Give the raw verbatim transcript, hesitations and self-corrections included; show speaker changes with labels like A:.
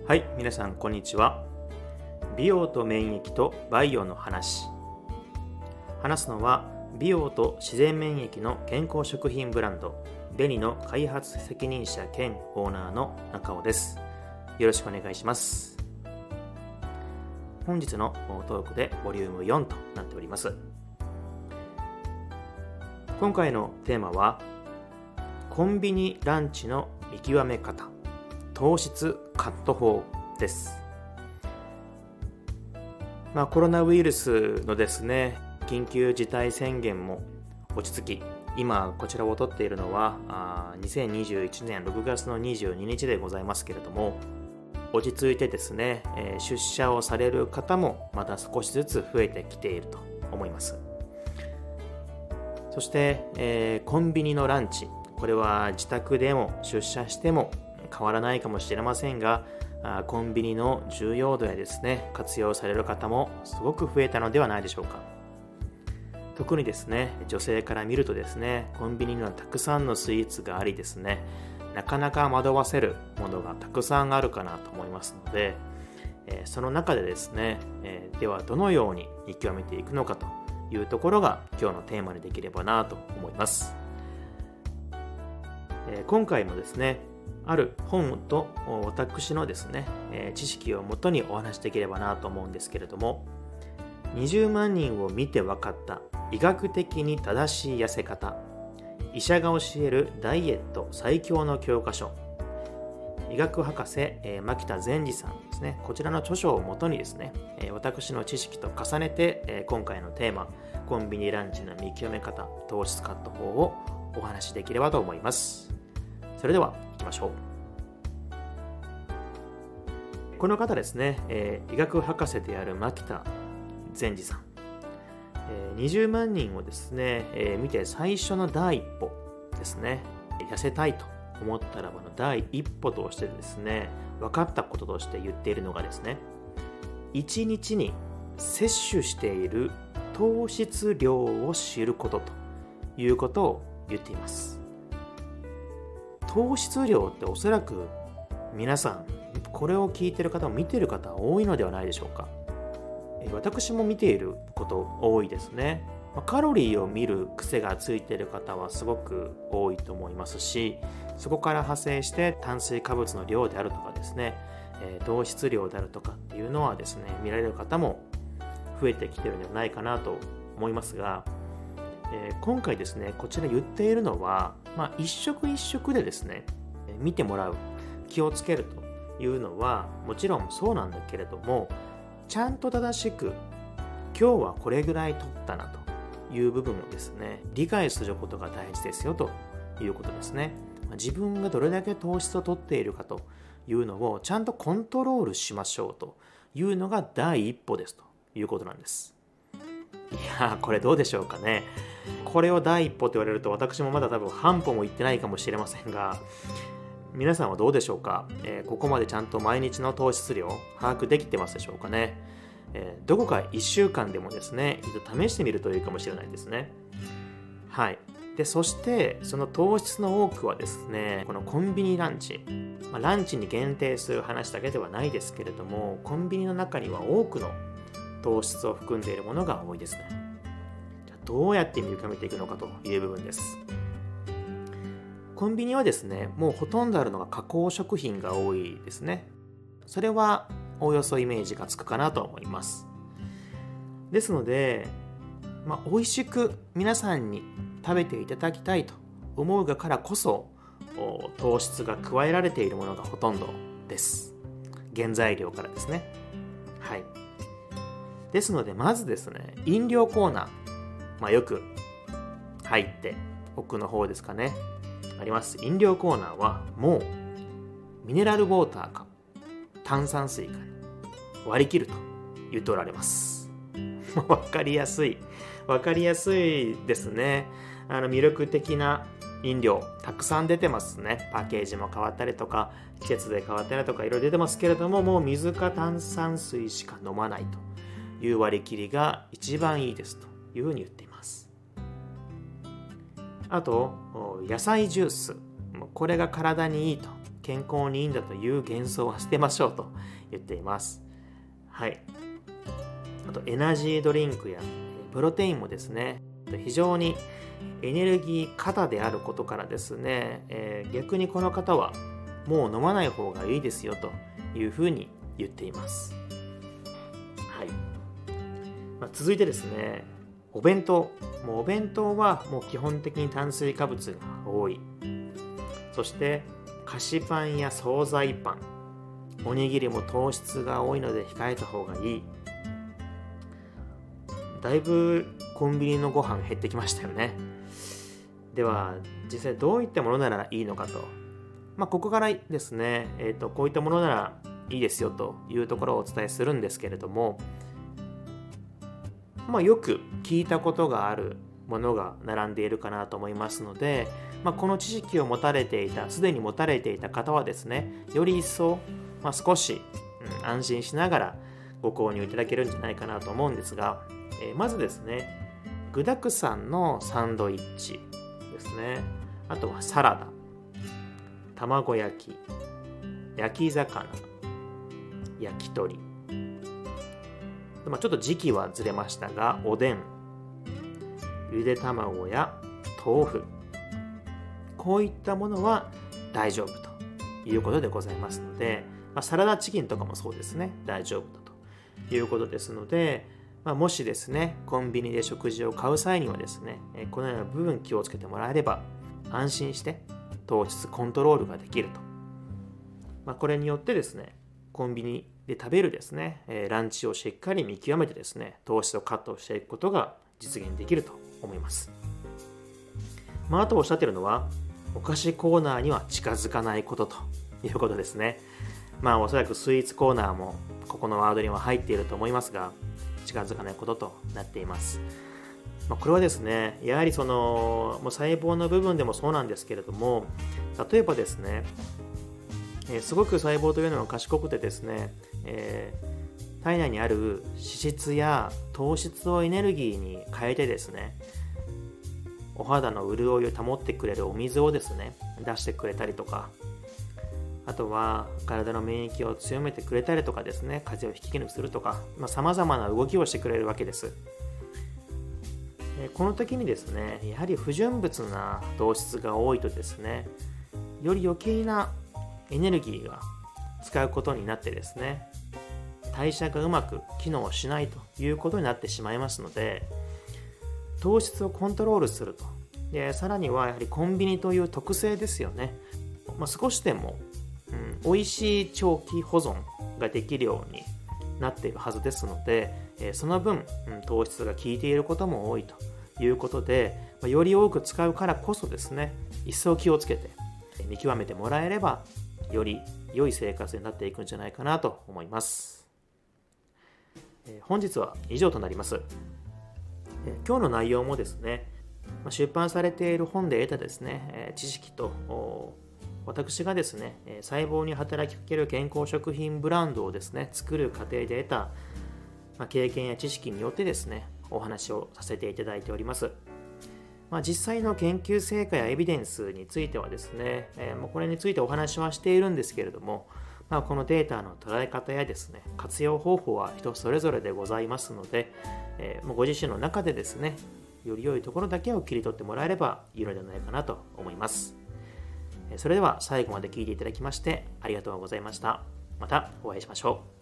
A: はい、皆さんこんにちは。美容と免疫とバイオの話。話すのは美容と自然免疫の健康食品ブランドベニの開発責任者兼オーナーの中尾です。よろしくお願いします。本日のトークでボリュームよんとなっております。今回のテーマはコンビニランチの見極め方、糖質カット法です。まあ、コロナウイルスのですね緊急事態宣言も落ち着き、今こちらを撮っているのはあにせんにじゅういちねんろくがつのにじゅうににちでございますけれども、落ち着いてですね、えー、出社をされる方もまた少しずつ増えてきていると思います。そして、えー、コンビニのランチ、これは自宅でも出社しても変わらないかもしれませんが、コンビニの重要度やですね活用される方もすごく増えたのではないでしょうか。特にですね女性から見るとですね、コンビニにはたくさんのスイーツがありですね、なかなか惑わせるものがたくさんあるかなと思いますので、えー、その中でですね、えー、ではどのように見極めていくのかというところが今日のテーマにできればなと思います。えー、今回もですねある本と私のですね、えー、知識をもとにお話しできればなと思うんですけれども、にじゅうまんにんを見て分かった医学的に正しい痩せ方、医者が教えるダイエット最強の教科書、医学博士、えー、牧田善治さんですね、こちらの著書をもとにですね、えー、私の知識と重ねて、えー、今回のテーマコンビニランチの見極め方、糖質カット法をお話しできればと思います。それでは行きましょう。この方ですね、えー、医学博士である牧田善治さん、えー、にじゅうまんにんをですね、えー、見て最初の第一歩ですね、痩せたいと思ったらばの第一歩としてですね、分かったこととして言っているのがですね、いちにちに摂取している糖質量を知ることということを言っています。糖質量っておそらく皆さんこれを聞いている方も見ている方多いのではないでしょうか。私も見ていること多いですね。カロリーを見る癖がついている方はすごく多いと思いますし、そこから派生して炭水化物の量であるとかですね、糖質量であるとかっていうのはですね見られる方も増えてきているのではないかなと思いますが、えー、今回ですねこちら言っているのは、まあ、一食一食でですね見てもらう、気をつけるというのはもちろんそうなんだけれども、ちゃんと正しく今日はこれぐらい取ったなという部分をですね理解することが大事ですよということですね。自分がどれだけ糖質を取っているかというのをちゃんとコントロールしましょうというのが第一歩ですということなんです。いやー、これどうでしょうかね。これを第一歩と言われると私もまだ多分半歩も言ってないかもしれませんが、皆さんはどうでしょうか。えー、ここまでちゃんと毎日の糖質量把握できてますでしょうかね。えー、どこかいっしゅうかんでもですね一度試してみるといいかもしれないですね。はい。でそしてその糖質の多くはですね、このコンビニランチ、まあ、ランチに限定する話だけではないですけれども、コンビニの中には多くの糖質を含んでいるものが多いですね。じゃあどうやって見極めていくのかという部分です。コンビニはですねもうほとんどあるのが加工食品が多いですね。それはおおよそイメージがつくかなと思います。ですので、まあ、美味しく皆さんに食べていただきたいと思うがからこそ糖質が加えられているものがほとんどです。原材料からですね。はい。ですのでまずですね飲料コーナー、まあ、よく入って奥の方ですかねあります飲料コーナーはもうミネラルウォーターか炭酸水か割り切ると言っておられます。わかりやすいわかりやすいですね。あの魅力的な飲料たくさん出てますね。パッケージも変わったりとか季節で変わったりとかいろいろ出てますけれども、もう水か炭酸水しか飲まないという割り切りが一番いいですというふうに言っています。あと野菜ジュース、これが体にいいと健康にいいんだという幻想は捨てましょうと言っています。はい。あとエナジードリンクやプロテインもですね、非常にエネルギー過多であることからですね、えー、逆にこの方はもう飲まない方がいいですよというふうに言っています。はい。まあ、続いてですね、お弁当。もうお弁当はもう基本的に炭水化物が多い。そして菓子パンや惣菜パン、おにぎりも糖質が多いので控えた方がいい。だいぶコンビニのご飯減ってきましたよね。では実際どういったものならいいのかと、まあ、ここからですね、えーと、こういったものならいいですよというところをお伝えするんですけれども、まあ、よく聞いたことがあるものが並んでいるかなと思いますので、まあ、この知識を持たれていた、すでに持たれていた方はですね、より一層、まあ、少し、うん、安心しながらご購入いただけるんじゃないかなと思うんですが、えー、まずですね、具沢山のサンドイッチですね。あとはサラダ、卵焼き、焼き魚、焼き鳥、まあ、ちょっと時期はずれましたが、おでん、ゆで卵や豆腐、こういったものは大丈夫ということでございますので、まあ、サラダチキンとかもそうですね、大丈夫だということですので、まあ、もしですね、コンビニで食事を買う際にはですね、このような部分気をつけてもらえれば安心して糖質コントロールができると。まあ、これによってですね、コンビニで食べるですね、ランチをしっかり見極めてですね、糖質をカットしていくことが実現できると思います。まあ、あとおっしゃっているのは、お菓子コーナーには近づかないことということですね。まあおそらくスイーツコーナーもここのワードには入っていると思いますが、近づかないこととなっています。まあ、これはですね、やはりそのもう細胞の部分でもそうなんですけれども、例えばですね、えー、すごく細胞というのは賢くてですね、えー、体内にある脂質や糖質をエネルギーに変えてですね、お肌の潤いを保ってくれるお水をですね、出してくれたりとか、あとは体の免疫を強めてくれたりとかですね、風邪を引き抜くするとか、さまざ、まな動きをしてくれるわけです。この時にですね、やはり不純物な糖質が多いとですね、より余計なエネルギーが使うことになってですね、代謝がうまく機能しないということになってしまいますので、糖質をコントロールすると。で、さらにはやはりコンビニという特性ですよね。まあ、少しでも、うん、美味しい長期保存ができるようになっているはずですので、えー、その分、うん、糖質が効いていることも多いということで、まあ、より多く使うからこそですね、一層気をつけて見極めてもらえれば、より良い生活になっていくんじゃないかなと思います。えー、本日は以上となります。今日の内容もですね、出版されている本で得たですね、知識と私がですね、細胞に働きかける健康食品ブランドをですね、作る過程で得た経験や知識によってですね、お話をさせていただいております。まあ、実際の研究成果やエビデンスについてはですね、これについてお話はしているんですけれども、まあ、このデータの捉え方やですね、活用方法は人それぞれでございますので、えー、もうご自身の中でですね、より良いところだけを切り取ってもらえればいいのではないかなと思います。それでは最後まで聞いていただきましてありがとうございました。またお会いしましょう。